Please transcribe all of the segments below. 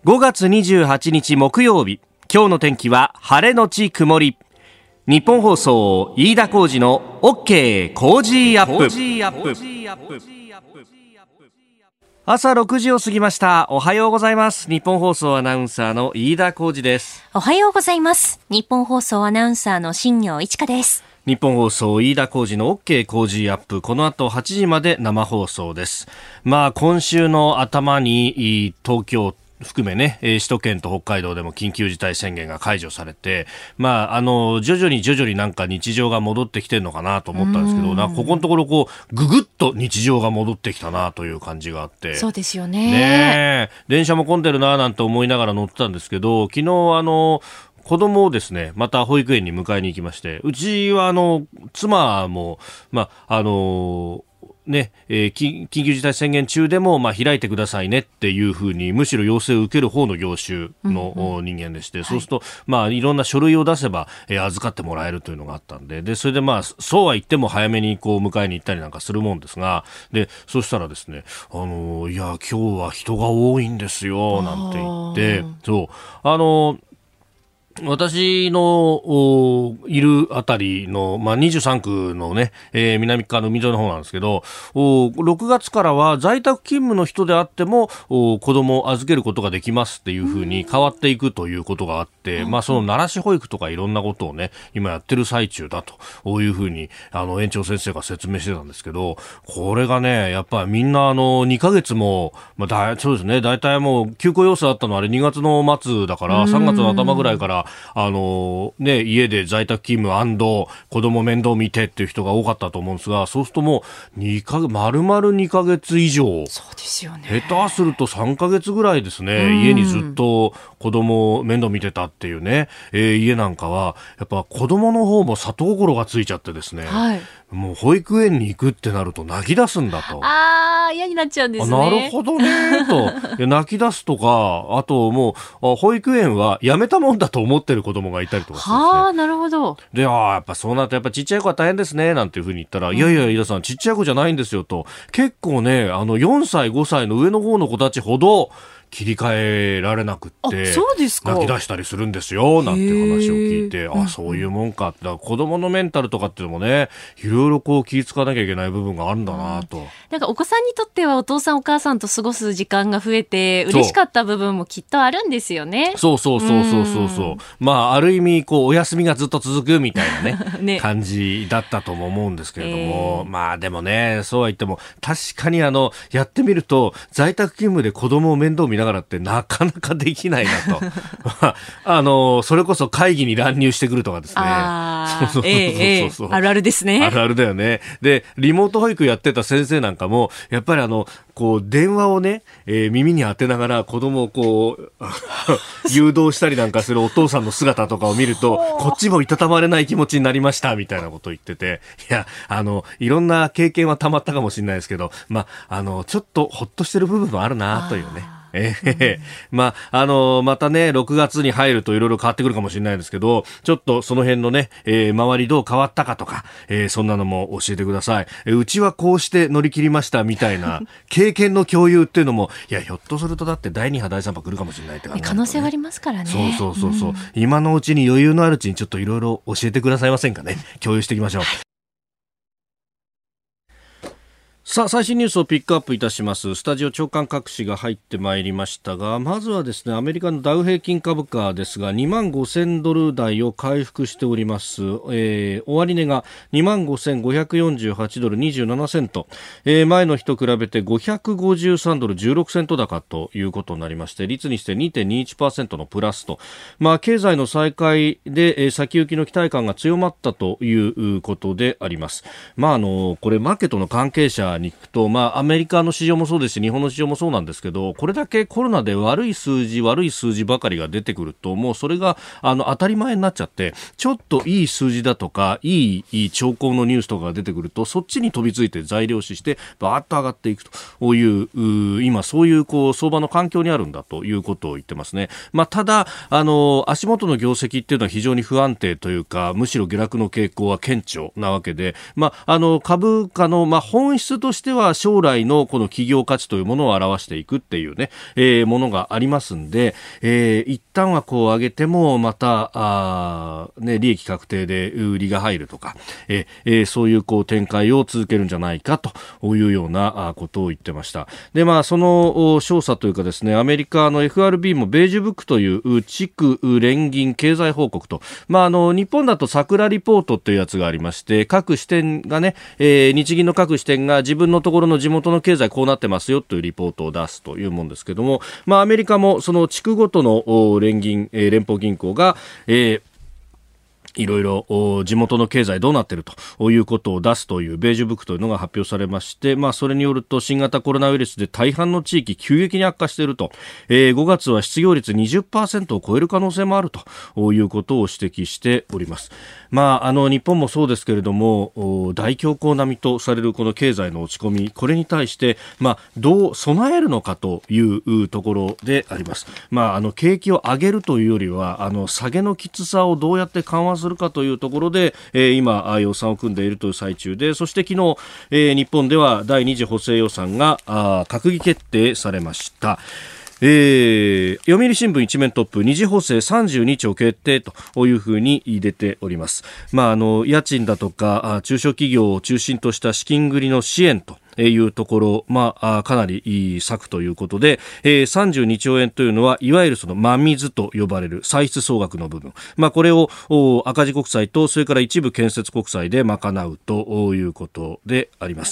5月28日木曜日、今日の天気は晴れのち曇り。日本放送飯田浩司の OK 工事アップ。朝6時を過ぎました。おはようございます。日本放送アナウンサーの飯田浩司です。 おはようございます。日本放送アナウンサーの新業一華です。 日本放送飯田浩司の OK 工事アップ、この後8時まで生放送です。今週の頭に東京含めね、首都圏と北海道でも緊急事態宣言が解除されて、徐々になんか日常が戻ってきてるのかなと思ったんですけど、ここのところぐぐっと日常が戻ってきたなという感じがあって。 そうですよね。 電車も混んでるななんて思いながら乗ってたんですけど、昨日子供をですね、また保育園に迎えに行きまして、うちは妻も緊急事態宣言中でも開いてくださいねっていうふうにむしろ要請を受ける方の業種の人間でして、そうするといろんな書類を出せば預かってもらえるというのがあったんで、それでそうは言っても早めに迎えに行ったりなんかするもんですが、でそしたらですね、いや今日は人が多いんですよなんて言って、そう私のいるあたりの、23区のね、南側の海沿いの方なんですけど、6月からは在宅勤務の人であっても子供を預けることができますっていう風に変わっていくということがあって、その慣らし保育とかいろんなことをね今やってる最中だという風に園長先生が説明してたんですけど、これがねやっぱりみんな2ヶ月も、そうですね、だいたいもう休校要請あったのはあれ2月の末だから3月の頭ぐらいから家で在宅勤務&子供面倒見てっていう人が多かったと思うんですが、そうするともう丸々2ヶ月以上、 そうですよね、 下手すると3ヶ月ぐらいですね、家にずっと子供面倒見てたっていうね、家なんかはやっぱ子供の方も里心がついちゃってですね、もう保育園に行くってなると泣き出すんだと。 嫌になっちゃうんですね。 なるほどねと泣き出すとか、あともう保育園はやめたもんだと思ってる子供がいたりとかしてですね。 なるほど。 でやっぱそうなるとやっぱちっちゃい子は大変ですねなんていうふうに言ったら、いや飯田さんちっちゃい子じゃないんですよと、結構ね4歳5歳の上の方の子たちほど切り替えられなくってそうですか、 泣き出したりするんですよなんて話を聞いて、そういうもんかって、だから子供のメンタルとかっていうのもねいろいろ気遣わなきゃいけない部分があるんだなと。 なんかお子さんにとってはお父さんお母さんと過ごす時間が増えて嬉しかった部分もきっとあるんですよね。 そうある意味お休みがずっと続くみたいなね感じだったとも思うんですけれども、でもねそうは言っても確かにやってみると在宅勤務で子供を面倒見ながらってなかなかできないなとそれこそ会議に乱入してくるとかですね。 あるあるですね。 あるあるだよね。でリモート保育やってた先生なんかもやっぱり電話をね、耳に当てながら子供を誘導したりなんかするお父さんの姿とかを見るとこっちもいたたまれない気持ちになりましたみたいなことを言ってて、いやいろんな経験はたまったかもしれないですけど、ちょっとほっとしてる部分もあるなというね。またね6月に入るといろいろ変わってくるかもしれないですけど、ちょっとその辺のね、周りどう変わったかとか、そんなのも教えてください。うちはこうして乗り切りましたみたいな経験の共有っていうのもひょっとするとだって第2波第3波来るかもしれないって考えるとね、 可能性はありますからね。 そう、今のうちに余裕のあるうちにちょっといろいろ教えてくださいませんかね。共有していきましょう。さあ最新ニュースをピックアップいたします。スタジオ長官各紙が入ってまいりましたが、まずはですねアメリカのダウ平均株価ですが$25,000台を回復しております。終値が$25,548.27セント、前の日と比べて$553.16セント高ということになりまして、率にして 2.21% のプラスと、経済の再開で先行きの期待感が強まったということであります。これマーケットの関係者に行くと、アメリカの市場もそうですし日本の市場もそうなんですけど、これだけコロナで悪い数字ばかりが出てくるともうそれが当たり前になっちゃって、ちょっといい数字だとかいい兆候のニュースとかが出てくるとそっちに飛びついて材料視してバーッと上がっていくという今そういう相場の環境にあるんだということを言ってますね。ただ足元の業績っていうのは非常に不安定というか、むしろ下落の傾向は顕著なわけで、株価の本質ととしては将来のこの企業価値というものを表していくっていうね、ものがありますんで、一旦はこう上げてもまた利益確定で売りが入るとか、そういうこう展開を続けるんじゃないかというようなことを言ってました。で、その調査というかですね、アメリカの FRB もベージュブックという地区連銀経済報告と、日本だと桜リポートというやつがありまして、各支店がね、日銀の各支店が自分のところの地元の経済こうなってますよというリポートを出すというもんですけども、アメリカもその地区ごとの連邦銀行が、いろいろ地元の経済どうなっているということを出すというベージュブックというのが発表されまして、それによると新型コロナウイルスで大半の地域急激に悪化していると、5月は失業率 20% を超える可能性もあるということを指摘しております。日本もそうですけれども、大恐慌並みとされるこの経済の落ち込み、これに対してどう備えるのかというところであります。景気を上げるというよりは下げのきつさをどうやって緩和するかというところで、今予算を組んでいるという最中で、そして昨日、日本では第2次補正予算が閣議決定されました。読売新聞一面トップ、二次補正32兆決定というふうに出ております。家賃だとか中小企業を中心とした資金繰りの支援というところ、かなりいい策ということで、32兆円というのはいわゆるその真水と呼ばれる歳出総額の部分、これを赤字国債とそれから一部建設国債で賄うということであります。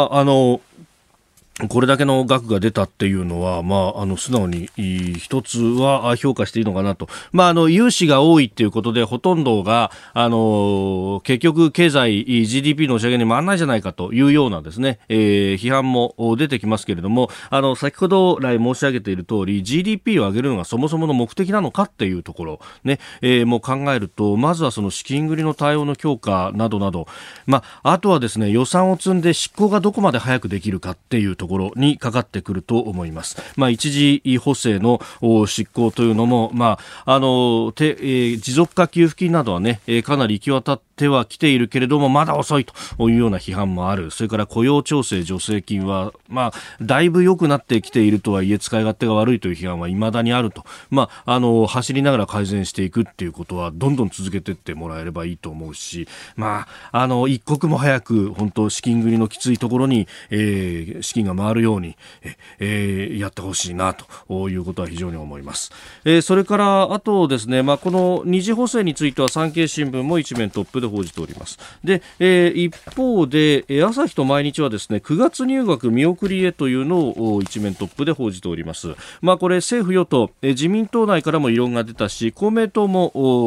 これだけの額が出たっていうのは、素直に一つは評価していいのかなと。融資が多いっていうことで、ほとんどが、結局経済 GDP の押し上げに回らないじゃないかというようなですね、批判も出てきますけれども、先ほど来申し上げている通り、GDP を上げるのがそもそもの目的なのかっていうところ、ね、もう考えると、まずはその資金繰りの対応の強化などなど、あとはですね、予算を積んで執行がどこまで早くできるかっていうところにかかってくると思います。一次補正の執行というのも、持続化給付金などはね、かなり行き渡ってはきているけれどもまだ遅いというような批判もある。それから雇用調整助成金は、だいぶ良くなってきているとはいえ使い勝手が悪いという批判は未だにあると、走りながら改善していくっていうことはどんどん続けていってもらえればいいと思うし、一刻も早く本当資金繰りのきついところに、資金が回るように、やってほしいなということは非常に思います。それからあとですね、この二次補正については産経新聞も一面トップで報じております。で、一方で朝日と毎日はですね、9月入学見送りへというのを一面トップで報じております。これ政府与党、自民党内からも異論が出たし、公明党も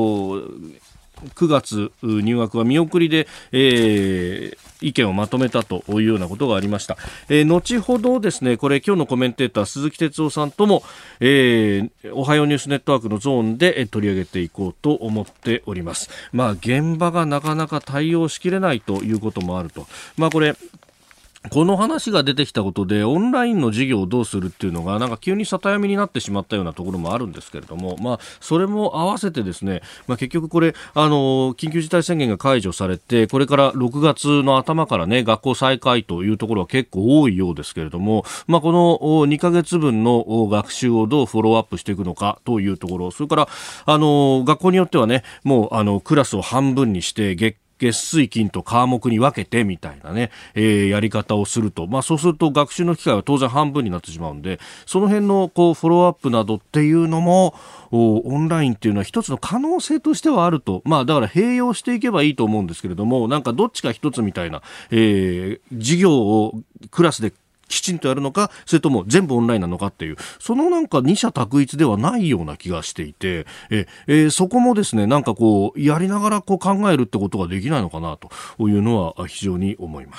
9月入学は見送りで、意見をまとめたというようなことがありました。後ほどですね、これ今日のコメンテーター鈴木哲夫さんとも、おはようニュースネットワークのゾーンで取り上げていこうと思っております。現場がなかなか対応しきれないということもあると。この話が出てきたことでオンラインの授業をどうするっていうのがなんか急に里闇になってしまったようなところもあるんですけれども、それも合わせてですね、結局これ緊急事態宣言が解除されてこれから6月の頭からね学校再開というところは結構多いようですけれども、この2ヶ月分の学習をどうフォローアップしていくのかというところ、それから学校によってはねもうクラスを半分にして月水金と科目に分けてみたいなね、やり方をすると、そうすると学習の機会は当然半分になってしまうんで、その辺のフォローアップなどっていうのもオンラインっていうのは一つの可能性としてはあると、だから併用していけばいいと思うんですけれども、なんかどっちか一つみたいな、授業をクラスできちんとやるのか、それとも全部オンラインなのかっていう、そのなんか二者択一ではないような気がしていて、そこもですね、なんかやりながら考えるってことができないのかなというのは非常に思います。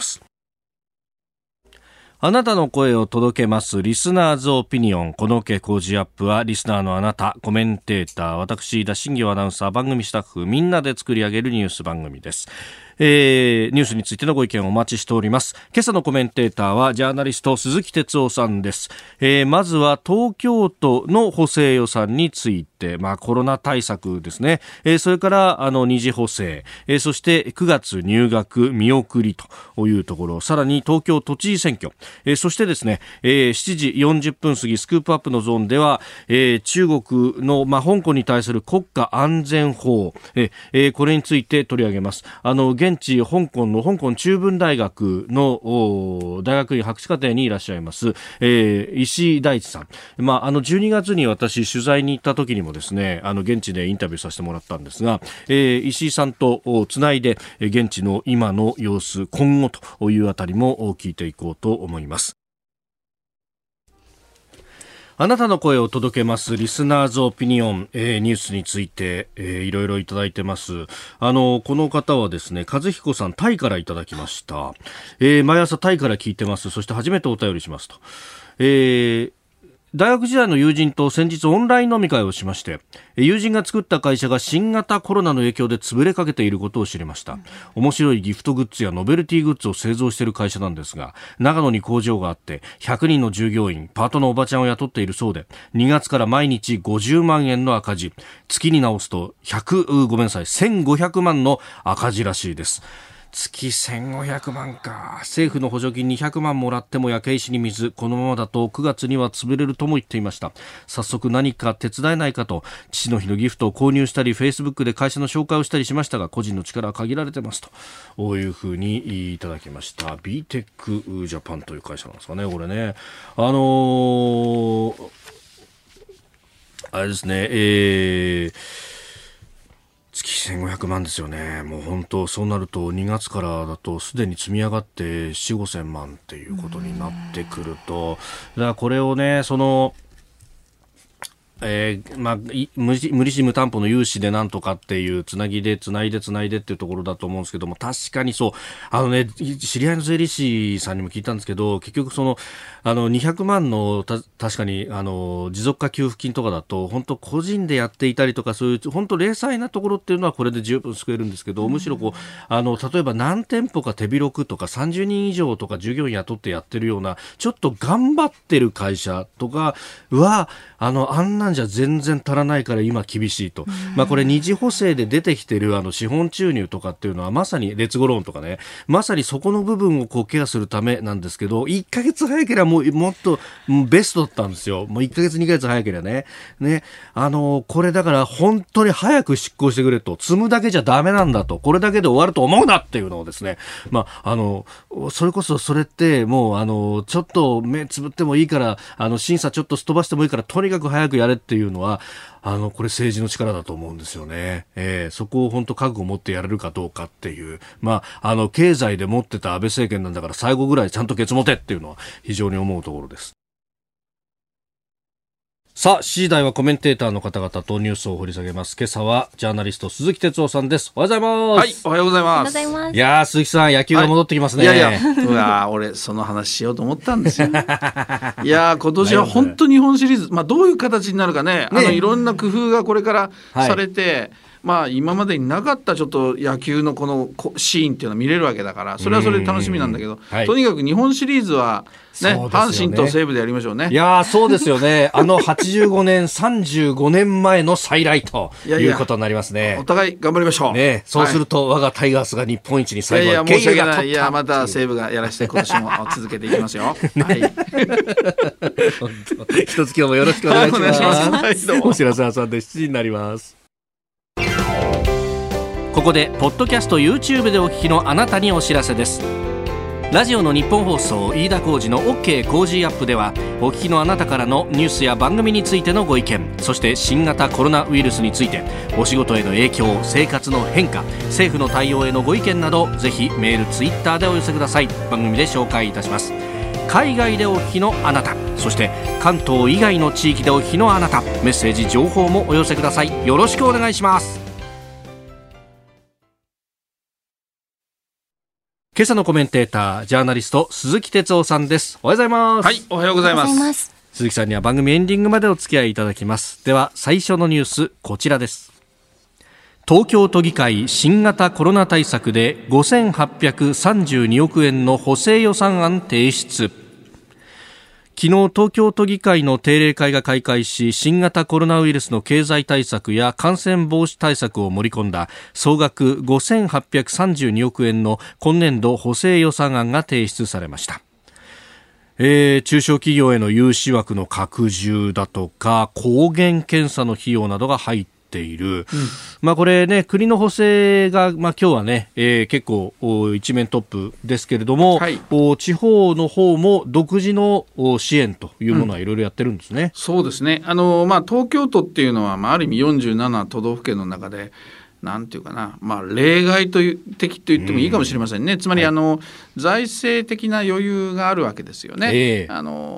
あなたの声を届けますリスナーズオピニオン。このOK工事アップはリスナーのあなた、コメンテーター、私田新業アナウンサー、番組スタッフみんなで作り上げるニュース番組です。 ニュースについてのご意見をお待ちしております。今朝のコメンテーターはジャーナリスト鈴木哲夫さんです。まずは東京都の補正予算について、コロナ対策ですね。それから二次補正、そして9月入学見送りというところ、さらに東京都知事選挙、そしてですね、7時40分過ぎスクープアップのゾーンでは、中国の、香港に対する国家安全法、これについて取り上げます。現地香港中文大学の大学院博士課程にいらっしゃいます、石井大地さん、12月に私取材に行った時にもですね、現地でインタビューさせてもらったんですが、石井さんとつないで現地の今の様子、今後というあたりも聞いていこうと思います。あなたの声を届けますリスナーズオピニオン、ニュースについて、いろいろいただいてます。この方はですね、和彦さん、タイからいただきました。毎朝タイから聞いてます。そして初めてお便りしますと。大学時代の友人と先日オンライン飲み会をしまして、友人が作った会社が新型コロナの影響で潰れかけていることを知りました。面白いギフトグッズやノベルティグッズを製造している会社なんですが、長野に工場があって100人の従業員、パートのおばちゃんを雇っているそうで、2月から毎日50万円の赤字、月に直すと1500万の赤字らしいです。月1500万か。政府の補助金200万もらっても焼け石に水。このままだと9月には潰れるとも言っていました。早速何か手伝えないかと父の日のギフトを購入したり Facebook で会社の紹介をしたりしましたが、個人の力は限られてますと、こういうふうにいただきました。 BTEC ジャパンという会社なんですかね、これね。あれですね、月1500万ですよね。もう本当そうなると2月からだとすでに積み上がって4、5千万っていうことになってくると、だからこれをね、無利子無担保の融資でなんとかっていうつないでっていうところだと思うんですけども、確かにそう、知り合いの税理士さんにも聞いたんですけど、結局200万の確かに持続化給付金とかだと本当個人でやっていたりとか、そういう本当零細なところっていうのはこれで十分救えるんですけど、むしろ例えば何店舗か手広くとか30人以上とか従業員雇ってやってるようなちょっと頑張ってる会社とかはあんなじゃ全然足らないから今厳しいと、これ二次補正で出てきてる資本注入とかっていうのはまさに劣後ローンとかね、まさにそこの部分をケアするためなんですけど、1ヶ月早ければもっとベストだったんですよ。もう1ヶ月2ヶ月早ければね、これだから本当に早く執行してくれと、積むだけじゃダメなんだと、これだけで終わると思うなっていうのをですね、それこそそれってもうちょっと目つぶってもいいから審査ちょっとすっ飛ばしてもいいからとにかく早くやれっていうのはこれ政治の力だと思うんですよね。そこを本当覚悟を持ってやれるかどうかっていう、経済で持ってた安倍政権なんだから最後ぐらいちゃんとケツ持てっていうのは非常に思うところです。さあ、7時台はコメンテーターの方々とニュースを掘り下げます。今朝はジャーナリスト鈴木哲夫さんです。おはようございます。 はい、おはようございます。 いやー、鈴木さん、野球が戻ってきますね。 はい、俺その話しようと思ったんですよ。いやー、今年は本当日本シリーズ、どういう形になるかね、いろんな工夫がこれからされて、今までになかったちょっと野球のこのシーンっていうのを見れるわけだから、それはそれで楽しみなんだけど、とにかく日本シリーズはね、阪神と西武でやりましょうね。 いやー、そうですよね。85年35年前の再来ということになりますね。 お互い頑張りましょうね。 そうすると、我がタイガースが日本一に最後は申し訳ない。また西武がやらせて今年も続けていきますよ。はい、 一つ今日もよろしくお願いします。お知らせ挟んで7時になります。ここでポッドキャスト YouTube でお聞きのあなたにお知らせです。ラジオの日本放送飯田浩司の OK コージーアップでは、お聞きのあなたからのニュースや番組についてのご意見、そして新型コロナウイルスについて、お仕事への影響、生活の変化、政府の対応へのご意見など、ぜひメール、ツイッターでお寄せください。番組で紹介いたします。海外でお聞きのあなた、そして関東以外の地域でお聞きのあなた、メッセージ情報もお寄せください。よろしくお願いします。今朝のコメンテーター、ジャーナリスト鈴木哲夫さんです。おはようございます。 はい、おはようございます。 鈴木さんには番組エンディングまでお付き合いいただきます。では最初のニュース、こちらです。 東京都議会新型コロナ対策で5832億円の補正予算案提出。昨日東京都議会の定例会が開会し、新型コロナウイルスの経済対策や感染防止対策を盛り込んだ総額5832億円の今年度補正予算案が提出されました。中小企業への融資枠の拡充だとか抗原検査の費用などが入っている、これね、国の補正が、今日はね、結構一面トップですけれども、はい、地方の方も独自の支援というものはいろいろやってるんですね。 そうですね。東京都っていうのは、ある意味47都道府県の中でなんていうかな、例外的と言ってもいいかもしれませんね。つまり、はい、財政的な余裕があるわけですよね。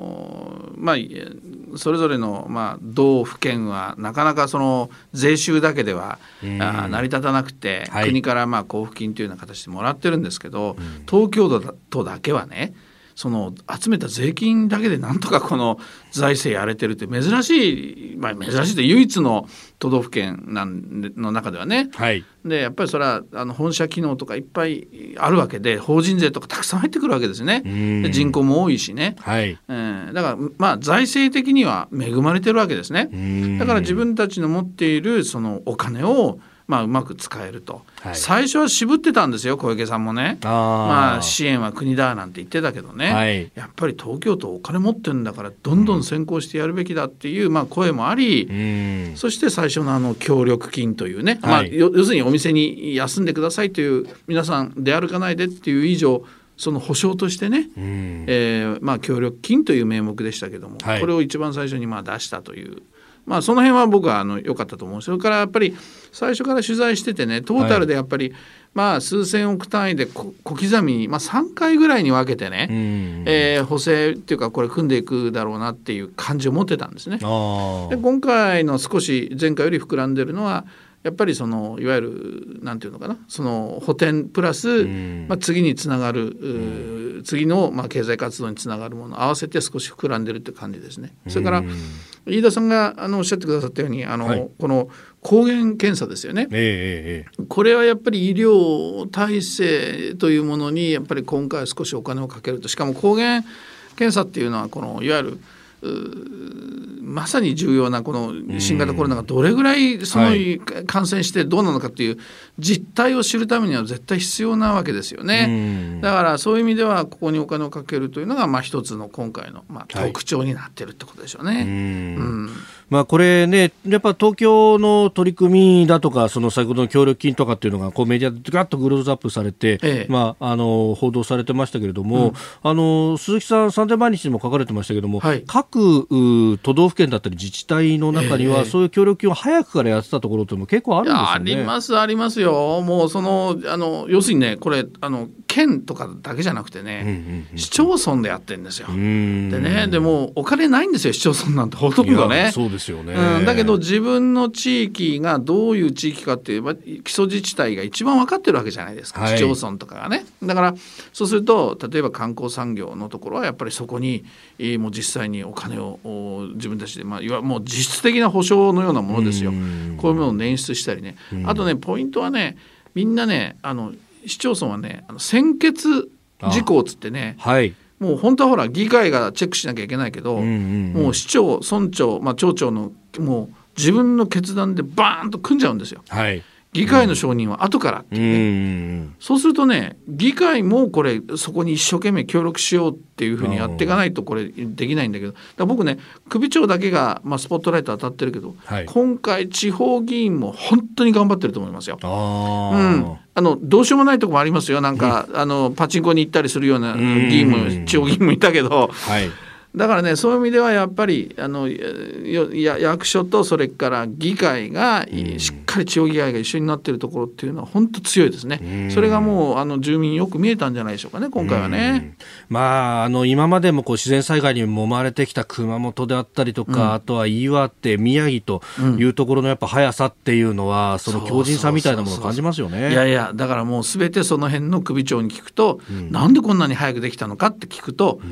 それぞれの、道府県はなかなかその税収だけでは成り立たなくて、はい、国から交付金というような形でもらってるんですけど、東京都だけはね、その集めた税金だけでなんとかこの財政やれてるって珍しいと唯一の都道府県の中ではね、はい、でやっぱりそれは本社機能とかいっぱいあるわけで、法人税とかたくさん入ってくるわけですね。で人口も多いしね、はい、だから財政的には恵まれてるわけですね。だから自分たちの持っているそのお金をうまく使えると、はい、最初は渋ってたんですよ、小池さんもね。支援は国だなんて言ってたけどね、はい、やっぱり東京都お金持ってるんだからどんどん先行してやるべきだっていう、声もあり、そして最初の協力金というね、はい、要するにお店に休んでくださいという、皆さん出歩かないでっていう以上、その保証としてね、協力金という名目でしたけども、はい、これを一番最初に出したという、その辺は僕は良かったと思う。それからやっぱり最初から取材しててね、トータルでやっぱり、数千億単位で小刻みに、3回ぐらいに分けてね、補正っていうかこれ組んでいくだろうなっていう感じを持ってたんですね。で今回の少し前回より膨らんでるのは、やっぱりそのいわゆるなんていうのかな、その補填プラス、次につながる次の経済活動につながるものを合わせて少し膨らんでるって感じですね。それから飯田さんがおっしゃってくださったようにはい、この抗原検査ですよね、これはやっぱり医療体制というものにやっぱり今回少しお金をかけると。しかも抗原検査っていうのはこのいわゆるまさに重要なこの新型コロナがどれぐらいその感染してどうなのかっていう実態を知るためには絶対必要なわけですよね。だからそういう意味ではここにお金をかけるというのが一つの今回の特徴になっているってことでしょうね。 これね、やっぱ東京の取り組みだとか、その先ほどの協力金とかっていうのがメディアでガッとグローズアップされて、報道されてましたけれども、鈴木さんサンデー毎日にも書かれてましたけども、はい、各都道府県だったり自治体の中には、そういう協力金を早くからやってたところっていうのも結構あるんですよね。 ありますよ。もう要するにね、これ県とかだけじゃなくてね、市町村でやってるんですよ。でね、でもお金ないんですよ、市町村なんてほとんどね。 そうですよね。 だけど自分の地域がどういう地域かっていう基礎自治体が一番分かってるわけじゃないですか、市町村とかがね。だからそうすると例えば観光産業のところはやっぱりそこにもう実際にお金を自分たちで、いわゆるもう実質的な保証のようなものですよ。こういうものを捻出したりね。あとね、ポイントはね、みんなね、市町村はね、先決事項つってね、もう本当はほら議会がチェックしなきゃいけないけど、もう市長村長、町長のもう自分の決断でバーンと組んじゃうんですよ。議会の承認は後からっていうね。そうするとね、議会もこれそこに一生懸命協力しようっていうふうにやっていかないとこれできないんだけど、だから僕ね、首長だけが、スポットライト当たってるけど、今回地方議員も本当に頑張ってると思いますよ。どうしようもないところもありますよ。なんかパチンコに行ったりするような議員も地方議員もいたけど、だからね、そういう意味ではやっぱり役所とそれから議会がしっかり地方議会が一緒になっているところっていうのは本当強いですね。それがもう住民よく見えたんじゃないでしょうかね、今回はね。 今までも自然災害に揉まれてきた熊本であったりとか、あとは岩手、宮城というところのやっぱ速さっていうのは、その強靭さみたいなものを感じますよね。 だからもう全てその辺の首長に聞くと、なんでこんなに早くできたのかって聞くと、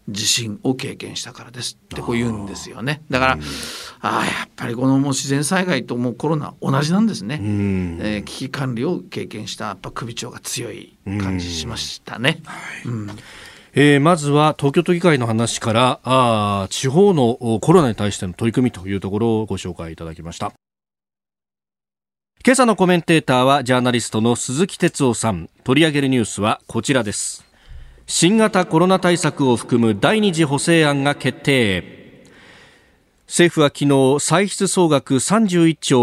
地震を経験したからですってこう言うんですよね。だからやっぱりこのもう自然災害ともうコロナ同じなんですね。危機管理を経験したやっぱ首長が強い感じしましたね。 まずは東京都議会の話から地方のコロナに対しての取り組みというところをご紹介いただきました。今朝のコメンテーターはジャーナリストの鈴木哲夫さん。取り上げるニュースはこちらです。新型コロナ対策を含む第二次補正案が決定。政府は昨日歳出総額31兆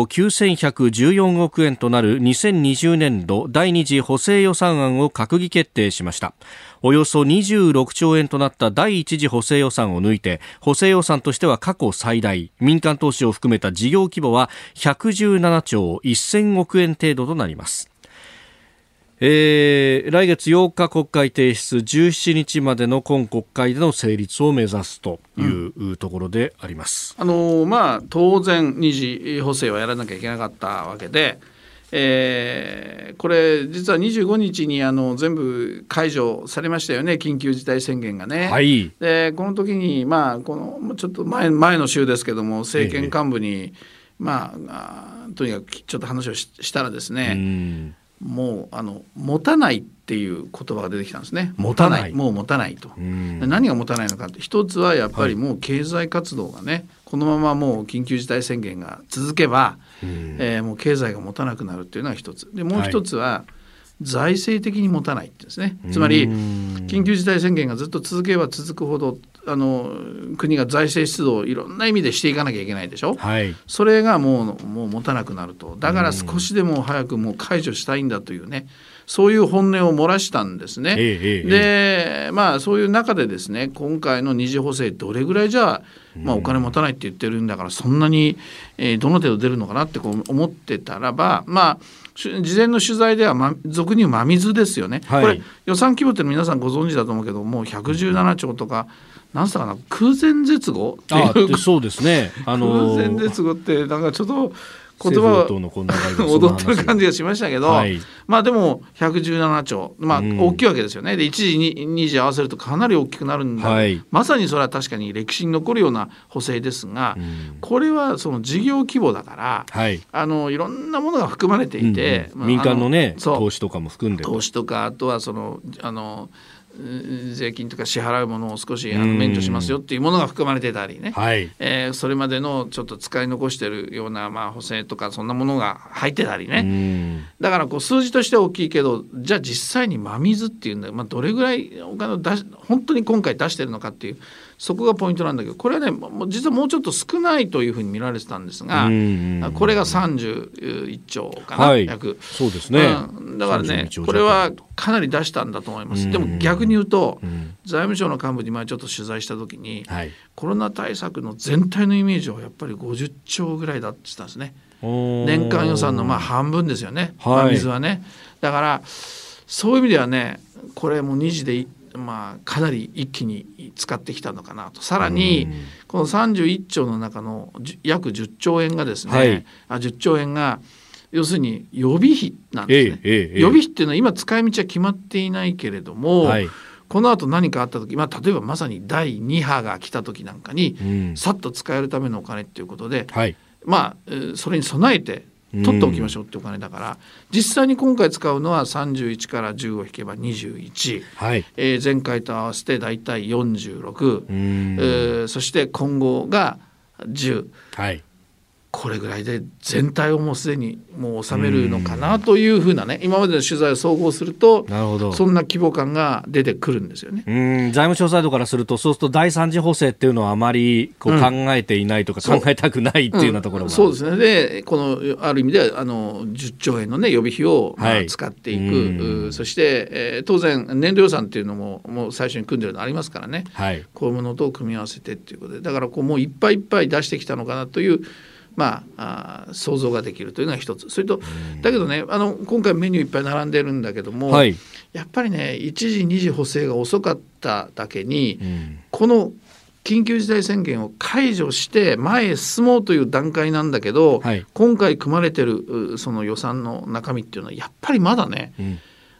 9114億円となる2020年度第二次補正予算案を閣議決定しました。およそ26兆円となった第一次補正予算を抜いて補正予算としては過去最大、民間投資を含めた事業規模は117兆1000億円程度となります。来月8日国会提出、17日までの今国会での成立を目指すというところであります。 当然二次補正はやらなきゃいけなかったわけで、これ実は25日に全部解除されましたよね、緊急事態宣言がね。でこの時にこのちょっと前の週ですけども、政権幹部に、とにかくちょっと話をしたらですね、もう持たないっていう言葉が出てきたんですね。もう持たないと。何が持たないのかって、一つはやっぱりもう経済活動がね、このままもう緊急事態宣言が続けば、もう経済が持たなくなるっていうのが一つで、もう一つは財政的に持たないってですね。つまり緊急事態宣言がずっと続けば続くほど国が財政出動をいろんな意味でしていかなきゃいけないでしょ。それがもう持たなくなると。だから少しでも早くもう解除したいんだというね、そういう本音を漏らしたんですね。でそういう中でですね、今回の二次補正どれぐらいじゃあ、お金持たないって言ってるんだから、そんなに、どの程度出るのかなってこう思ってたらば、事前の取材では、俗に言う真水ですよね。これ予算規模って皆さんご存知だと思うけど、もう117兆とか、なんすかな、空前絶後っていう。 そうですね。 空前絶後ってなんかちょっと言葉は踊ってる感じがしましたけど、でも117兆、大きいわけですよね。で一時二次合わせるとかなり大きくなるんだ、まさにそれは確かに歴史に残るような補正ですが、これはその事業規模だから、いろんなものが含まれていて、 民間のね投資とかも含んでる、 投資とか、あとはその税金とか支払うものを少し免除しますよっていうものが含まれてたりね、それまでのちょっと使い残してるような補正とかそんなものが入ってたりね。だからこう数字としては大きいけど、じゃあ実際に真水っていうんだよ、どれぐらいお金を本当に今回出してるのかっていう、そこがポイントなんだけど、これはね実はもうちょっと少ないというふうに見られてたんですが、これが31兆かな、約。 そうですね。 だからね、これはかなり出したんだと思います。でも逆に言うと、財務省の幹部に前ちょっと取材した時に、コロナ対策の全体のイメージはやっぱり50兆ぐらいだって言ったんですね。年間予算の半分ですよね、水はね。だからそういう意味ではね、これも2次でかなり一気に使ってきたのかなと。さらにこの31兆の中の約10兆円がですね、10兆円が要するに予備費なんですね。予備費っていうのは今使い道は決まっていないけれども、この後何かあった時、例えばまさに第2波が来た時なんかに、さっと使えるためのお金っていうことで、それに備えて取っておきましょうってお金だから、実際に今回使うのは31から10を引けば21、前回と合わせてだいたい46、そして今後が10、これぐらいで全体をもうすでにもう収めるのかなというふうなね、今までの取材を総合するとそんな規模感が出てくるんですよね。 財務省サイドからすると、そうすると第三次補正っていうのはあまり考えていないとか、考えたくないっていうようなところが、 そうですね。でこのある意味では10兆円の、予備費を使っていく、そして、当然年度予算っていうのももう最初に組んでるのありますからね、こういうものと組み合わせてっていうことで、だからもういっぱいいっぱい出してきたのかなという想像ができるというのが一つ。それとだけどね、今回メニューいっぱい並んでるんだけども、やっぱりね、一次二次補正が遅かっただけに、この緊急事態宣言を解除して前へ進もうという段階なんだけど、今回組まれてるその予算の中身っていうのはやっぱりまだね、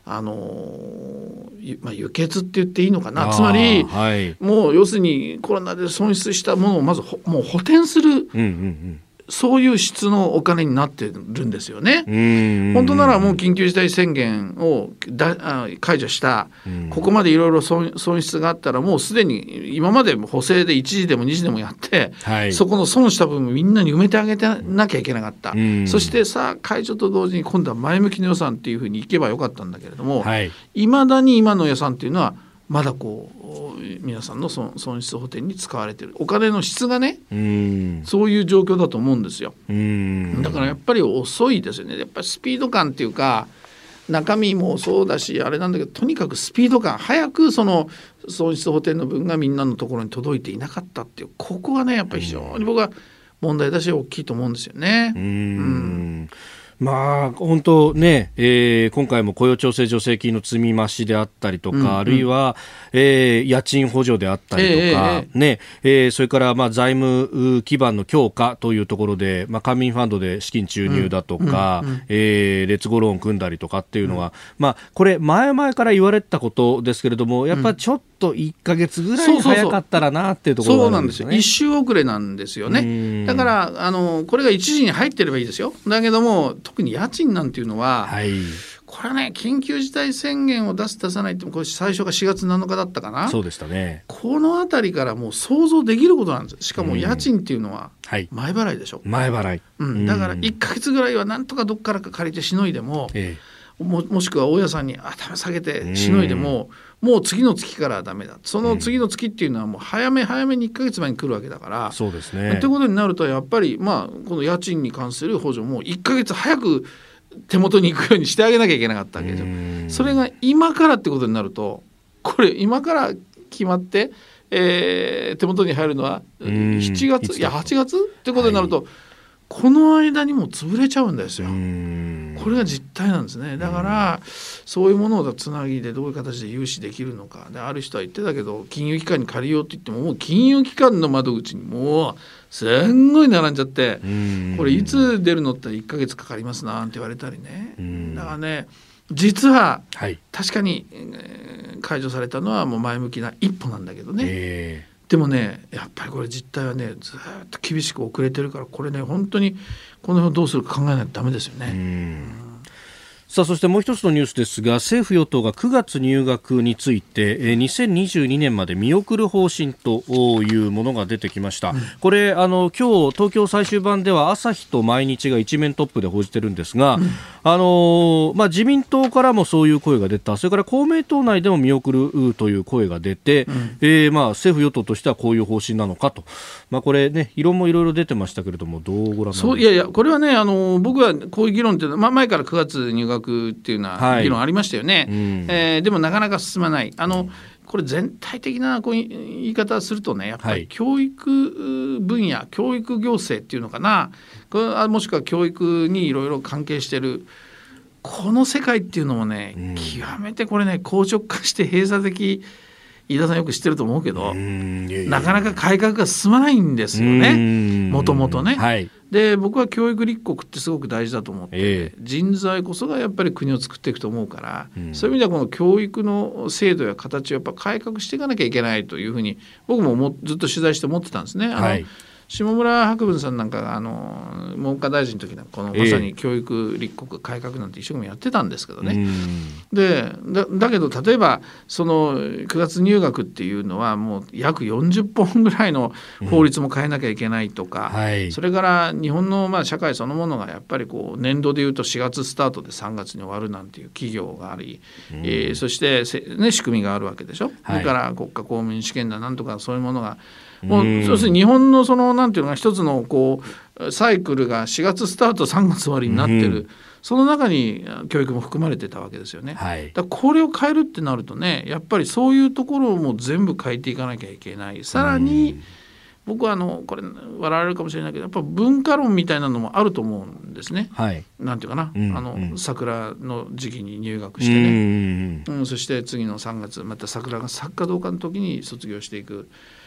輸血って言っていいのかな、つまり、はい、もう要するにコロナで損失したものをまずもう補填する、そういう質のお金になってるんですよね。本当ならもう緊急事態宣言を解除した、ここまでいろいろ損失があったらもうすでに今まで補正で1時でも2時でもやって、はい、そこの損した部分みんなに埋めてあげてなきゃいけなかった。そしてさあ解除と同時に今度は前向きの予算っていうふうにいけばよかったんだけれども、いまだに今の予算っていうのはまだこう皆さんの損失補填に使われているお金の質がね、そういう状況だと思うんですよ。だからやっぱり遅いですよね。やっぱりスピード感っていうか中身もそうだしあれなんだけど、とにかくスピード感早くその損失補填の分がみんなのところに届いていなかったっていう、ここがねやっぱり非常に僕は問題だし大きいと思うんですよね。 まあ、本当ね、今回も雇用調整助成金の積み増しであったりとか、あるいは、家賃補助であったりとか、それからまあ財務基盤の強化というところで、まあ、官民ファンドで資金注入だとか、劣後ローン組んだりとかっていうのは、まあ、これ前々から言われてたことですけれども、やっぱりちょっと1ヶ月ぐらい早かったらなっていうところがあるんですよね。 そうなんですよ。一周遅れなんですよね。だからこれが一時に入ってればいいですよ。だけども特に家賃なんていうのは、これはね緊急事態宣言を出さないってこれ最初が4月7日だったかな。 そうでしたね。 このあたりからもう想像できることなんです。しかも家賃っていうのは前払いでしょ。 前払い、 だから1ヶ月ぐらいはなんとかどっからか借りてしのいでも、もしくは大家さんに頭下げてしのいでも、もう次の月からはダメだ。その次の月っていうのはもう早めに1ヶ月前に来るわけだから。 そうですね。 ということになるとやっぱりこの家賃に関する補助も1ヶ月早く手元に行くようにしてあげなきゃいけなかったわけですよ。それが今からってことになると、これ今から決まって、手元に入るのは7月いや8月ってことになると、この間にも潰れちゃうんですよ。これが実態なんですね。だからそういうものをつなぎでどういう形で融資できるのかで、ある人は言ってたけど金融機関に借りようって言ってももう金融機関の窓口にもうすんごい並んじゃって、これいつ出るのって1ヶ月かかりますなんて言われたりね。だからね実は、確かに、解除されたのはもう前向きな一歩なんだけどね。でもねやっぱりこれ実態はねずっと厳しく遅れてるから、これね本当にこの辺をどうするか考えないとダメですよね。 さあそしてもう一つのニュースですが、政府与党が9月入学について2022年まで見送る方針というものが出てきました。これ今日東京最終版では朝日と毎日が一面トップで報じてるんですが、自民党からもそういう声が出た。それから公明党内でも見送るという声が出て、政府与党としてはこういう方針なのかと、これね異論もいろいろ出てましたけれども、どうご覧になりますか。 いやこれはね僕はこういう議論っていうのは、前から9月入学っていうような議論ありましたよね。でもなかなか進まない。これ全体的なこういう言い方をするとね、やっぱり教育分野、教育行政っていうのかな、もしくは教育にいろいろ関係してるこの世界っていうのもね、極めてこれね硬直化して閉鎖的、飯田さんよく知ってると思うけど、なかなか改革が進まないんですよね、もともとね。で僕は教育立国ってすごく大事だと思って、人材こそがやっぱり国を作っていくと思うから、そういう意味ではこの教育の制度や形をやっぱ改革していかなきゃいけないというふうに僕もずっと取材して思ってたんですね。下村博文さんなんかが文科大臣の時なんかこのまさに教育立国改革なんて一生懸命やってたんですけどね。だけど例えばその9月入学っていうのはもう約40本ぐらいの法律も変えなきゃいけないとか、それから日本の社会そのものがやっぱりこう年度でいうと4月スタートで3月に終わるなんていう企業があり、そして仕組みがあるわけでしょ。それから国家公務員試験だなんとかそういうものがもう要するに日本のそのなんていうのが一つのこうサイクルが4月スタート3月終わりになってる、その中に教育も含まれてたわけですよね。だからこれを変えるってなるとね、やっぱりそういうところをもう全部変えていかなきゃいけない。さらに僕はこれ笑われるかもしれないけど、やっぱ文化論みたいなのもあると思うんですね。なんていうかな、桜の時期に入学してね、そして次の3月また桜が咲くかどうかの時に卒業していく。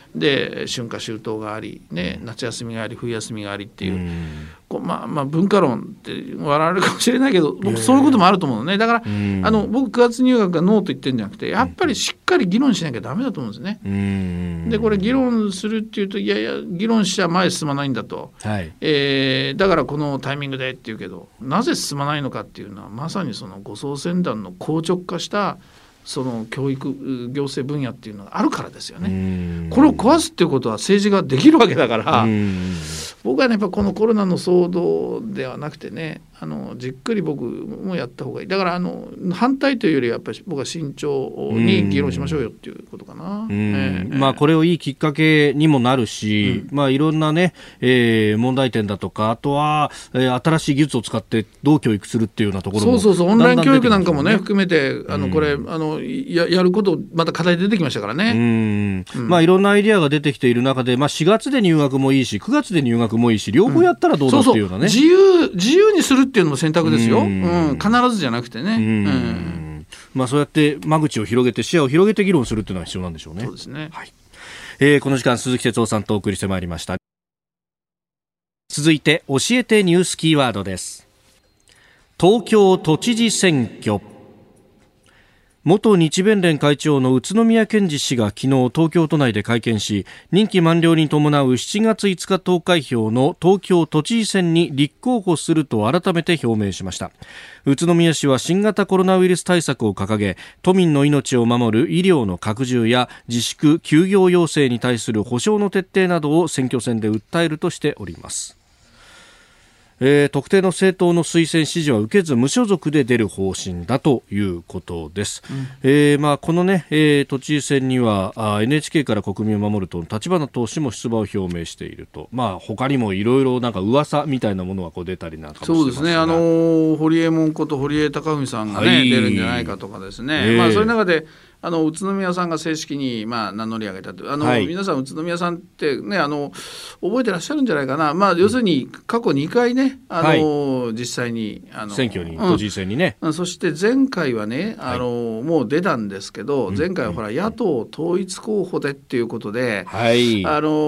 で春夏秋冬があり、ね、夏休みがあり冬休みがありっていう、文化論って笑われるかもしれないけど、僕そういうこともあると思うのね。だから僕9月入学がノーと言ってるんじゃなくて、やっぱりしっかり議論しなきゃダメだと思うんですね。でこれ議論するっていうと、いやいや議論しちゃ前進まないんだと、だからこのタイミングでって言うけど、なぜ進まないのかっていうのはまさにその護送船団の硬直化したその教育行政分野っていうのがあるからですよね。これを壊すっていうことは政治ができるわけだから、僕はねやっぱこのコロナの騒動ではなくてね、じっくり僕もやった方がいい。だから反対というよりはやっぱり僕は慎重に議論しましょうよっていうことかな。 これをいいきっかけにもなるし、いろんなね、問題点だとか、あとは、新しい技術を使ってどう教育するっていうようなところもオンライン教育なんかもね含めてこれやることまた課題出てきましたからね。 いろんなアイデアが出てきている中で、4月で入学もいいし9月で入学もいいし、両方やったらどうだっていうようなね、 自由にするっていうのも選択ですよ。必ずじゃなくてね。 そうやって間口を広げて視野を広げて議論するっていうのは必要なんでしょうね。 そうですね。 この時間鈴木哲夫さんとお送りしてまいりました。続いて教えてニュースキーワードです。東京都知事選挙。元日弁連会長の宇都宮健児氏が昨日東京都内で会見し、任期満了に伴う7月5日投開票の東京都知事選に立候補すると改めて表明しました。宇都宮市は新型コロナウイルス対策を掲げ、都民の命を守る医療の拡充や自粛休業要請に対する補償の徹底などを選挙戦で訴えるとしております。特定の政党の推薦支持は受けず無所属で出る方針だということです。このね、都知事選にはNHK から国民を守る党の立花党首も出馬を表明していると。他にもいろいろなんか噂みたいなものが出たりなんかもしてますが、 そうですね。堀江門こと堀江貴文さんがね、出るんじゃないかとかですね。そういう中で宇都宮さんが正式に名乗り上げたと。皆さん宇都宮さんってね覚えてらっしゃるんじゃないかな。要するに過去2回ね実際に選挙に都知事選にね、 そして前回はねもう出たんですけど、前回はほら野党統一候補でっていうことで、最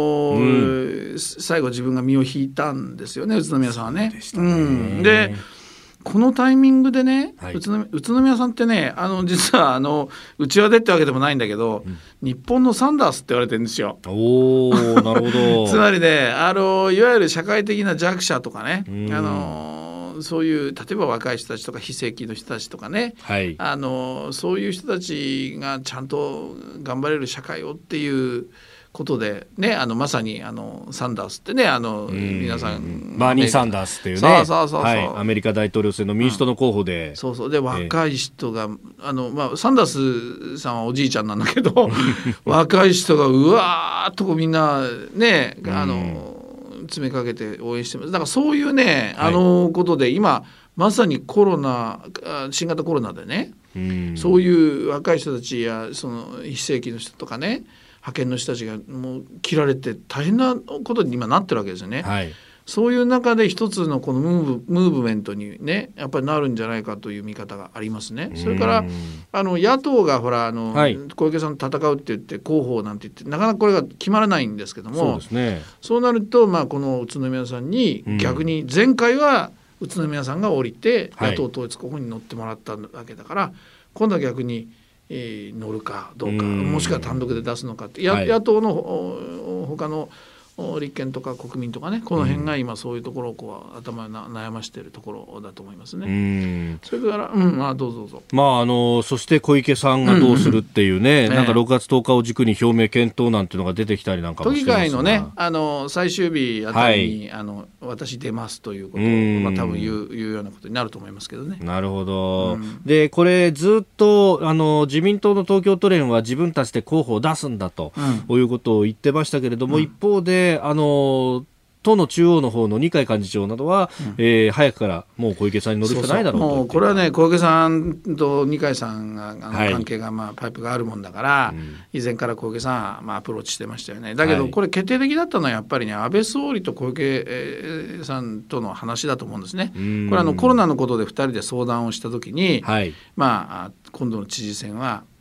後自分が身を引いたんですよね、宇都宮さんはね。でこのタイミングでね、宇都宮さんってね実は内輪でってわけでもないんだけど、日本のサンダースって言われてるんですよ。 なるほどつまりねいわゆる社会的な弱者とかね、そういう例えば若い人たちとか非正規の人たちとかね、そういう人たちがちゃんと頑張れる社会をっていうことでね、まさにサンダースってね皆さんバーニー・サンダースっていうね、アメリカ大統領選の民主党の候補で、 で若い人がサンダースさんはおじいちゃんなんだけど若い人がうわーっとこうみんなね詰めかけて応援してます。だからそういうねことで今まさに新型コロナでね、そういう若い人たちやその非正規の人とかね派遣の人たちがもう切られて大変なことに今なってるわけですよね。そういう中で一つのこのムーブメントにねやっぱりなるんじゃないかという見方がありますね。それから野党がほら小池さんと戦うって言って候補なんて言ってなかなかこれが決まらないんですけども、そうなるとこの宇都宮さんに逆に前回は宇都宮さんが降りて野党統一候補に乗ってもらったわけだから、今度は逆に乗るかどうか、もしくは単独で出すのかって、野党の他の立憲とか国民とかね、この辺が今そういうところをこう頭を悩ましているところだと思いますね。それからどうぞ。 そして小池さんがどうするっていうね、なんか6月10日を軸に表明検討なんていうのが出てきたりなんかもしてますが、都議会のね最終日あたりに、私出ますということを、多分言うようなことになると思いますけどね。 なるほど。でこれずっと自民党の東京都連は自分たちで候補を出すんだと、いうことを言ってましたけれども、一方で党の中央の方の二階幹事長などは、早くからもう小池さんに乗るしかないだろうと。 もうこれはね小池さんと二階さんが関係がパイプがあるもんだから、以前から小池さんアプローチしてましたよね。だけどこれ決定的だったのはやっぱりね安倍総理と小池、さんとの話だと思うんですね。これコロナのことで2人で相談をした時に、今度の知事選は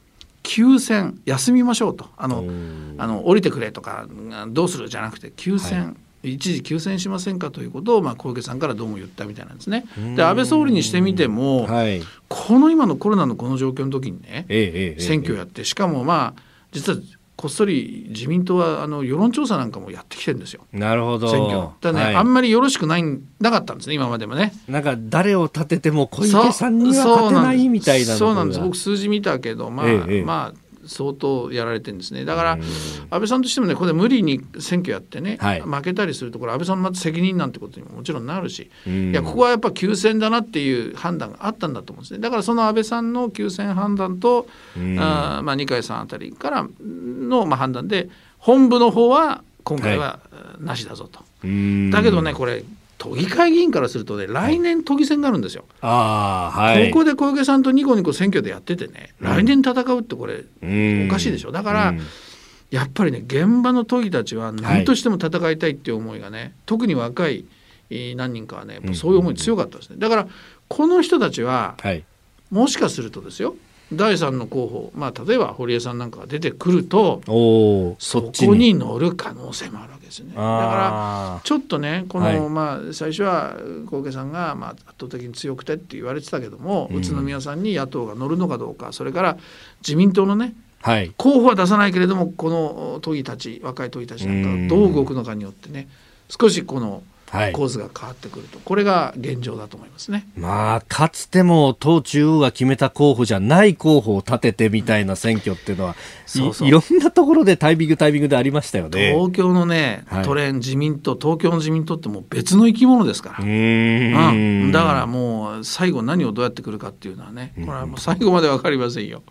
休戦休みましょうと降りてくれとかどうするじゃなくて休戦、一時休戦しませんかということを、小池さんからどうも言ったみたいなんですね。で安倍総理にしてみても、この今のコロナのこの状況の時にね、選挙やって、しかも実はこっそり自民党は世論調査なんかもやってきてるんですよ。 なるほど。 選挙だね、あんまりよろしくなかったんですね、今までもね。 なんか誰を立てても小池さんには勝てないみたいな。 そうなんです。僕数字見たけど相当やられてるんですね。だから安倍さんとしてもね、これで無理に選挙やってね、負けたりするところ安倍さんの責任なんてことにももちろんなるし、いやここはやっぱ休戦だなっていう判断があったんだと思うんですね。だからその安倍さんの休戦判断と二階さんあたりからの判断で本部の方は今回はなしだぞと。だけどね、これ都議会議員からするとね、来年都議選があるんですよ。ここで小池さんとニコニコ選挙でやっててね、来年戦うってこれおかしいでしょ。だからやっぱりね、現場の都議たちは何としても戦いたいっていう思いがね、特に若い何人かはね、そういう思い強かったですね。だからこの人たちは、もしかするとですよ、第3の候補、例えば堀江さんなんかが出てくるとそこに乗る可能性もあるわけですよね。だからちょっとね、この、最初は小池さんが圧倒的に強くてって言われてたけども、宇都宮さんに野党が乗るのかどうか、それから自民党のね、候補は出さないけれども、この都議たち、若い都議たちなんかがどう動くのかによってね、少しこの構図が変わってくると、これが現状だと思いますね。 かつても党中央が決めた候補じゃない候補を立ててみたいな選挙っていうのは、いろんなところでタイミングでありましたよね。 東京のね、東京の自民党ってもう別の生き物ですから。だからもう最後何をどうやってくるかっていうのはね、これはもう最後まで分かりませんよ。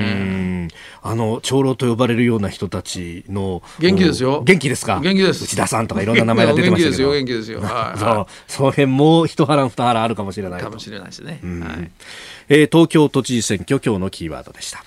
長老と呼ばれるような人たちの元気ですよ。 元気ですか。 元気です。 内田さんとかいろんな名前が出てましたけど元気ですよ。 その辺も一波乱二波乱あるかもしれないですね。 東京都知事選挙、今日のキーワードでした。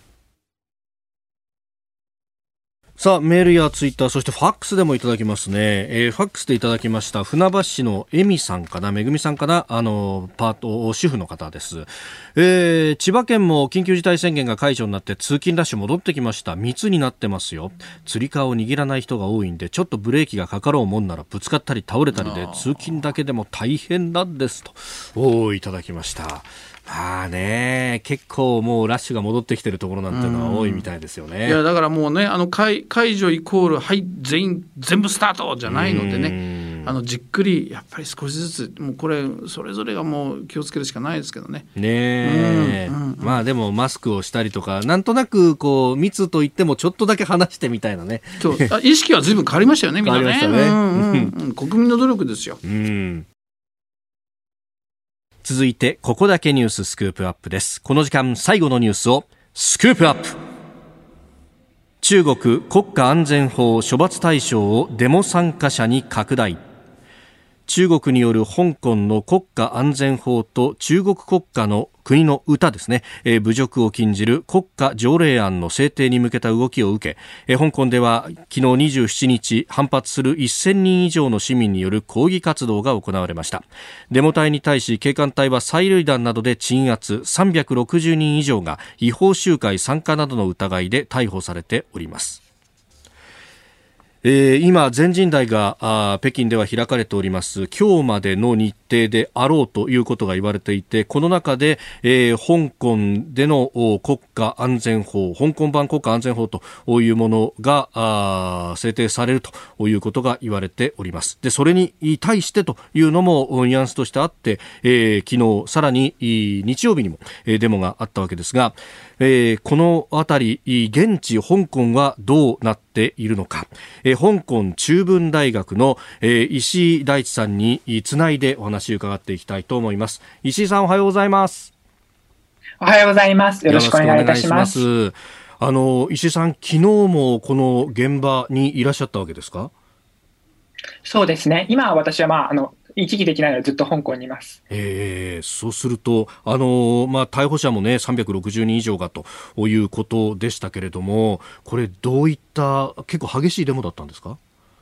さあ、メールやツイッター、そしてファックスでもいただきますね。ファックスでいただきました船橋市のエミさんかな、めぐみさんかな、主婦の方です。千葉県も緊急事態宣言が解除になって通勤ラッシュ戻ってきました。密になってますよ。つり革を握らない人が多いんで、ちょっとブレーキがかかろうもんならぶつかったり倒れたりで通勤だけでも大変なんですといただきました。結構もうラッシュが戻ってきてるところなんていうのは多いみたいですよね。 いやだからもうね、解除イコール全部スタートじゃないのでね、じっくりやっぱり少しずつ、もうこれそれぞれがもう気をつけるしかないですけどね。でもマスクをしたりとか、なんとなくこう密といってもちょっとだけ離してみたいなね。意識は随分変わりましたよね、みんなね。国民の努力ですよ。 続いてここだけニューススクープアップです。この時間最後のニュースをスクープアップ。中国国家安全法処罰対象をデモ参加者に拡大。中国による香港の国家安全法と中国国家の国の歌ですね、侮辱を禁じる国家条例案の制定に向けた動きを受け、香港では昨日27日反発する1000人以上の市民による抗議活動が行われました。デモ隊に対し警官隊は催涙弾などで鎮圧、360人以上が違法集会参加などの疑いで逮捕されております。今全人代が北京では開かれております。今日までの日程であろうということが言われていて、この中で、香港での国家安全法、香港版国家安全法というものが制定されるということが言われております。で、それに対してというのもニュアンスとしてあって、昨日さらに日曜日にもデモがあったわけですが、このあたり現地香港はどうなっているのか、香港中文大学の、石井大地さんにつないでお話を伺っていきたいと思います。石井さん、おはようございます。 おはようございます。よろしくお願いいたします。 石井さん、昨日もこの現場にいらっしゃったわけですか？ そうですね。今私は行き来できないのでずっと香港にいます。 そうすると逮捕者もね360人以上がということでしたけれども、これどういった結構激しいデモだったんですか？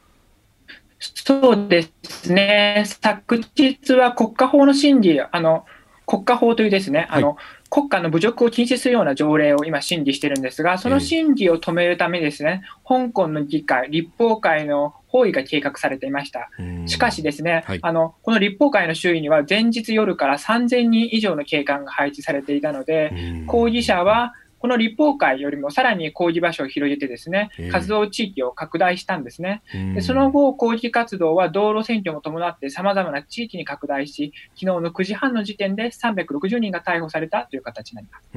そうですね。昨日は国家法の審理、国家法というですね、 国家の侮辱を禁止するような条例を今審議しているんですが、その審議を止めるためですね、香港の議会、立法会の包囲が計画されていました。しかしですね、 はい、 この立法会の周囲には前日夜から3000人以上の警官が配置されていたので、抗議者はこの立法会よりもさらに抗議場所を広げてですね、活動地域を拡大したんですね。でその後、抗議活動は道路選挙も伴って様々な地域に拡大し、昨日の9時半の時点で360人が逮捕されたという形になります。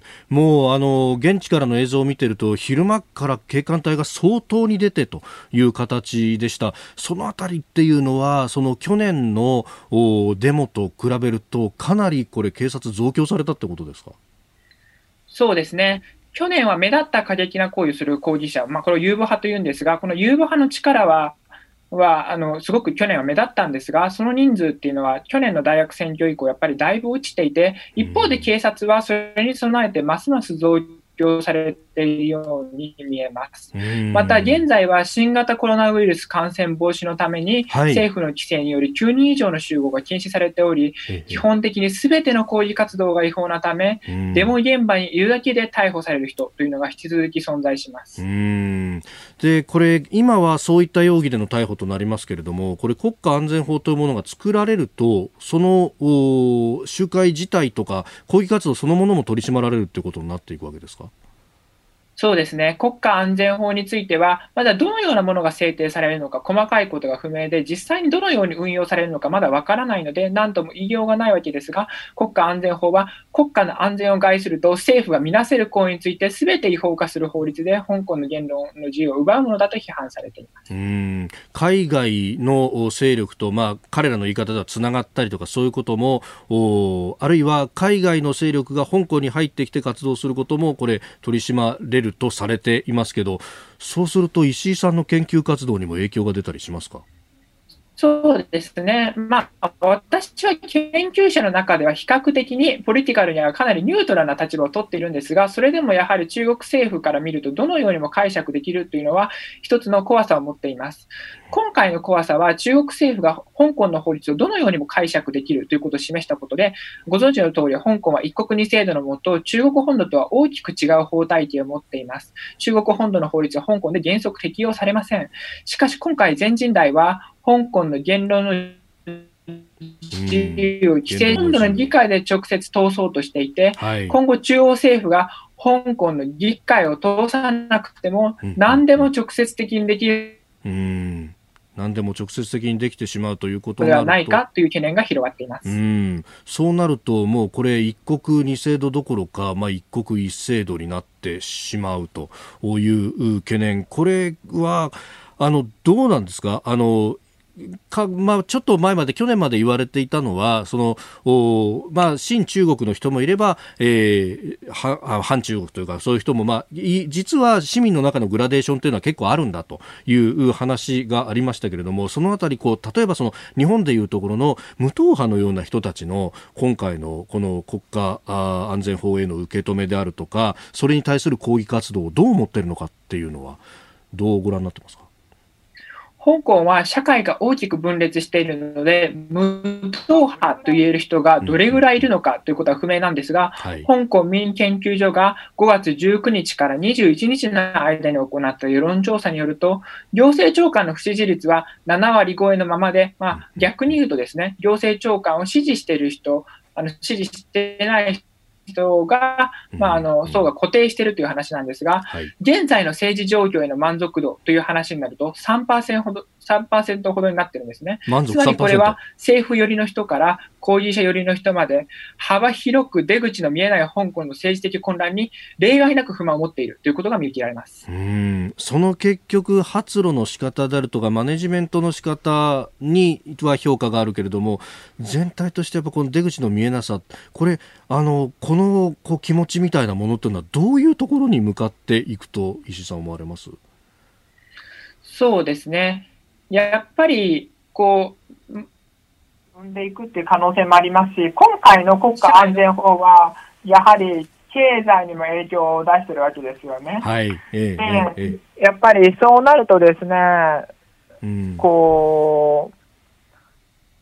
もう現地からの映像を見ていると、昼間から警官隊が相当に出てという形でした。そのあたりっていうのは、その去年のデモと比べるとかなりこれ警察増強されたってことですか？ そうですね。去年は目立った過激な行為をする抗議者、これを遊母派というんですが、この遊母派の力はすごく去年は目立ったんですが、その人数っていうのは去年の大学選挙以降やっぱりだいぶ落ちていて、一方で警察はそれに備えてますます増強されているように見えます。また現在は新型コロナウイルス感染防止のために、政府の規制により9人以上の集合が禁止されており、基本的に全ての抗議活動が違法なため、デモ現場にいるだけで逮捕される人というのが引き続き存在します。 でこれ今はそういった容疑での逮捕となりますけれども、これ国家安全法というものが作られると、その集会自体とか抗議活動そのものも取り締まられるということになっていくわけですか？ そうですね。国家安全法については、まだどのようなものが制定されるのか、細かいことが不明で、実際にどのように運用されるのかまだわからないので、何とも言いようがないわけですが、国家安全法は国家の安全を害すると政府が見なせる行為について全て違法化する法律で、香港の言論の自由を奪うものだと批判されています。 海外の勢力と、彼らの言い方ではつながったりとか、そういうことも、あるいは海外の勢力が香港に入ってきて活動することも、これ取り締まれるとされていますけど、そうすると石井さんの研究活動にも影響が出たりしますか？ そうですね。私は研究者の中では比較的にポリティカルにはかなりニュートラルな立場を取っているんですが、それでもやはり中国政府から見るとどのようにも解釈できるというのは一つの怖さを持っています。今回の怖さは中国政府が香港の法律をどのようにも解釈できるということを示したことで、ご存知の通り香港は一国二制度の下、中国本土とは大きく違う法体系を持っています。中国本土の法律は香港で原則適用されません。しかし今回全人代は香港の言論の自由を規制本土の議会で直接通そうとしていて、今後中央政府が香港の議会を通さなくても何でも直接的にできる、 何でも直接的にできてしまうということになると、 ではないかという懸念が広がっています。 そうなるともうこれ一国二制度どころか、一国一制度になってしまうという懸念、これはどうなんですか？ちょっと前まで去年まで言われていたのは、親中国の人もいれば、反中国というかそういう人も、実は市民の中のグラデーションというのは結構あるんだという話がありましたけれども、そのあたり例えば日本でいうところの無党派のような人たちの今回のこの国家安全法への受け止めであるとか、それに対する抗議活動をどう思っているのかっていうのはどうご覧になってますか？ 香港は社会が大きく分裂しているので、無党派と言える人がどれぐらいいるのかということは不明なんですが、香港民意研究所が5月19日から21日の間に行った世論調査によると、行政長官の不支持率は7割超えのままで、逆に言うとですね、行政長官を支持している人、支持していない人が、層が固定しているという話なんですが、現在の政治状況への満足度という話になると3% ほどになっているんですね。つまりこれは政府寄りの人から抗議者寄りの人まで幅広く出口の見えない香港の政治的混乱に例外なく不満を持っているということが見受けられます。 その結局発露の仕方であるとかマネジメントの仕方には評価があるけれども、全体としてやっぱこの出口の見えなさ、これこの気持ちみたいなものというのはどういうところに向かっていくと石井さん思われます？ そうですね、やっぱり生んでいくっていう可能性もありますし、今回の国家安全法はやはり経済にも影響を出しているわけですよね。やっぱりそうなるとですね、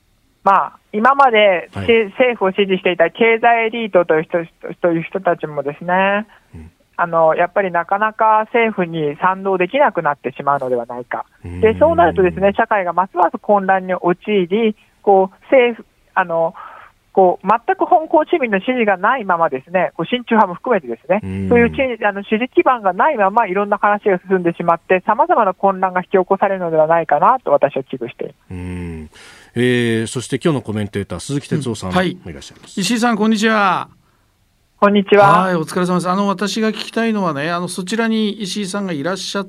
今まで、 はい政府を支持していた経済エリートという人たちもですね、やっぱりなかなか政府に賛同できなくなってしまうのではないか。で、そうなるとですね、社会がますます混乱に陥り、政府、全く香港市民の支持がないままですね、親中派も含めてですね、そういう支持基盤がないままいろんな話が進んでしまって、様々な混乱が引き起こされるのではないかなと私は危惧しています。 そして今日のコメンテーター鈴木哲夫さんもいらっしゃいます。 石井さん、こんにちは。 こんにちは。 はい、お疲れ様です。私が聞きたいのはね、そちらに石井さんがいらっしゃって、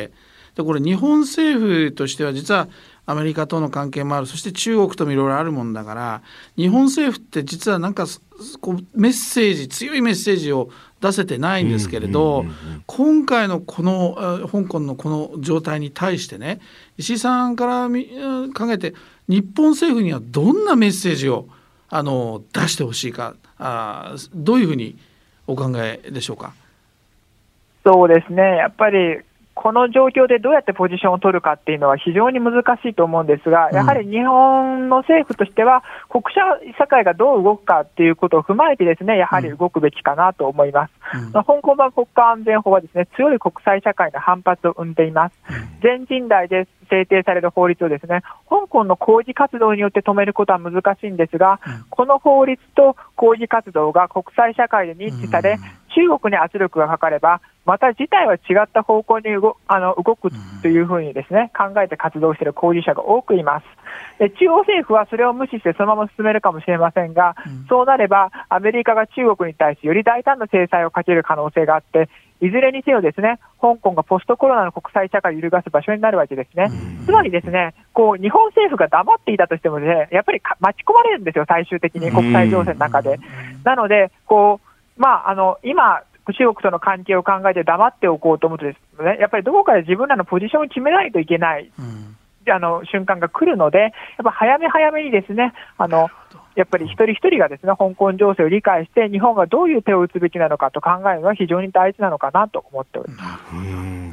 でこれ日本政府としては実はアメリカとの関係もある、そして中国ともいろいろあるもんだから、日本政府って実はなんかメッセージ、強いメッセージを出せてないんですけれど、今回のこの香港のこの状態に対してね、石井さんから考えて日本政府にはどんなメッセージを出してほしいか、どういうふうにお考えでしょうか。 そうですね、やっぱりこの状況でどうやってポジションを取るかっていうのは非常に難しいと思うんですが、やはり日本の政府としては国際社会がどう動くかっていうことを踏まえてですね、やはり動くべきかなと思います。香港版国家安全法はですね、強い国際社会の反発を生んでいます。全人代で制定される法律をですね、香港の抗議活動によって止めることは難しいんですが、この法律と抗議活動が国際社会で認知され、中国に圧力がかかれば、また事態は違った方向に動くというふうにですね、考えて活動している抗議者が多くいます。で、中央政府はそれを無視してそのまま進めるかもしれませんが、そうなればアメリカが中国に対しより大胆な制裁をかける可能性があって、いずれにせよですね、香港がポストコロナの国際社会を揺るがす場所になるわけですね。つまりですね、日本政府が黙っていたとしてもですね、やっぱり巻き込まれるんですよ、最終的に国際情勢の中で。なので、今、中国との関係を考えて黙っておこうと思うとですね、やっぱりどこかで自分らのポジションを決めないといけない、瞬間が来るので、やっぱ早めにですね、やっぱり一人一人がですね、香港情勢を理解して日本がどういう手を打つべきなのかと考えるのは非常に大事なのかなと思っております。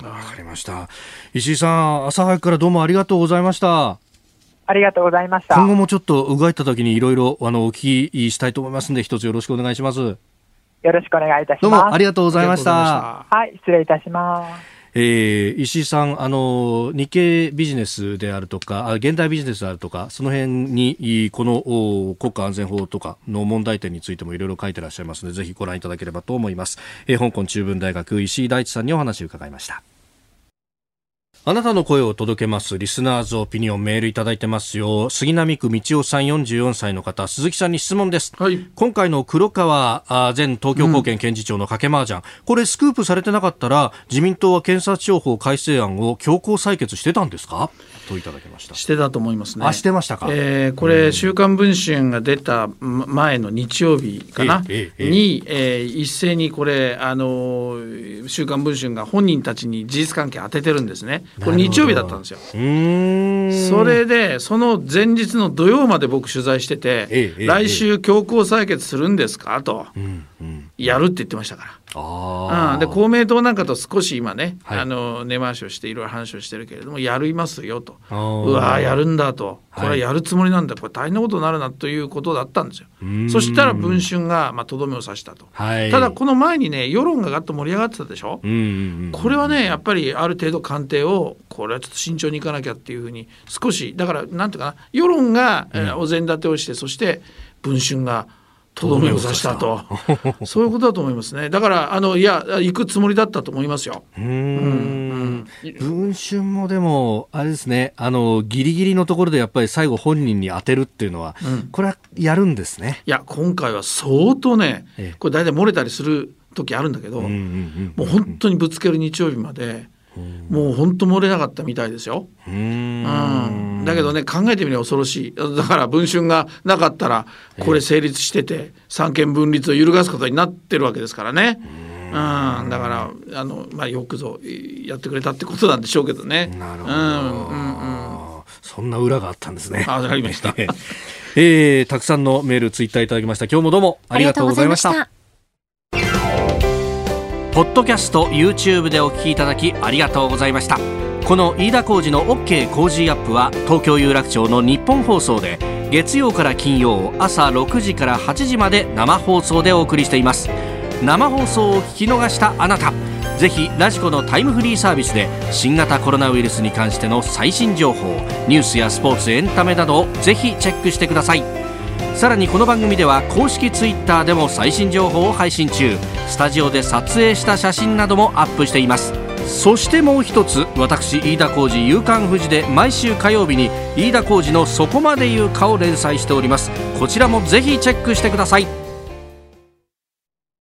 わかりました。石井さん、朝早くからどうもありがとうございました。 ありがとうございました。 今後もちょっと動いた時にいろいろお聞きしたいと思いますので、一つよろしくお願いします。 よろしくお願いいたします。 どうもありがとうございました。 はい、失礼いたします。 石井さん、日経ビジネスであるとか現代ビジネスであるとか、その辺にこの国家安全法とかの問題点についてもいろいろ書いてらっしゃいますので、ぜひご覧いただければと思います。香港中文大学石井大地さんにお話を伺いました。あなたの声を届けますリスナーズオピニオン、メールいただいてますよ。杉並区道夫さん、44歳の方、鈴木さんに質問です、はい、今回の黒川前東京高検検事長の賭け麻雀、これスクープされてなかったら自民党は検察庁法改正案を強行採決してたんですかといただきました。 してたと思いますね。 してましたか。 これ週刊文春が出た前の日曜日かな、に、一斉にこれ週刊文春が本人たちに事実関係当ててるんですね。これ日曜日だったんですよ。それでその前日の土曜まで僕取材してて、来週強行採決するんですかと、やるって言ってましたから。で公明党なんかと少し今ね、根回しをしていろいろ話をしてるけれども、やりますよと、うわやるんだと、これはやるつもりなんだ、これ大変なことになるなということだったんですよ。そしたら文春がとどめを刺したと。ただこの前にね、世論がガッと盛り上がってたでしょ。これはね、やっぱりある程度官邸をこれはちょっと慎重にいかなきゃっていうふうに、少しだからなんていうかな、世論がお膳立てをして、そして文春がとどめを刺したとそういうことだと思いますね。だから行くつもりだったと思いますよ。 文春もでもあれですね、ギリギリのところでやっぱり最後本人に当てるっていうのは、これはやるんですね。 いや今回は相当ね、これ大体漏れたりする時あるんだけど、もう本当にぶつける日曜日までもう本当漏れなかったみたいですよ。だけどね、考えてみれば恐ろしい。だから文春がなかったらこれ成立してて、三権分立を揺るがすことになってるわけですからね。だからよくぞやってくれたってことなんでしょうけどね。 なるほど、そんな裏があったんですね。 わかりました。 たくさんのメールツイッターいただきました。今日もどうもありがとうございました。ポッドキャスト YouTube でお聞きいただきありがとうございました。この飯田浩司の OK コージーアップは東京有楽町の日本放送で月曜から金曜朝6時から8時まで生放送でお送りしています。生放送を聞き逃したあなた、ぜひラジコのタイムフリーサービスで新型コロナウイルスに関しての最新情報、ニュースやスポーツ、エンタメなどをぜひチェックしてください。さらにこの番組では公式ツイッターでも最新情報を配信中。スタジオで撮影した写真などもアップしています。そしてもう一つ、私飯田浩司夕刊フジで毎週火曜日に飯田浩司のそこまで言うかを連載しております。こちらもぜひチェックしてください。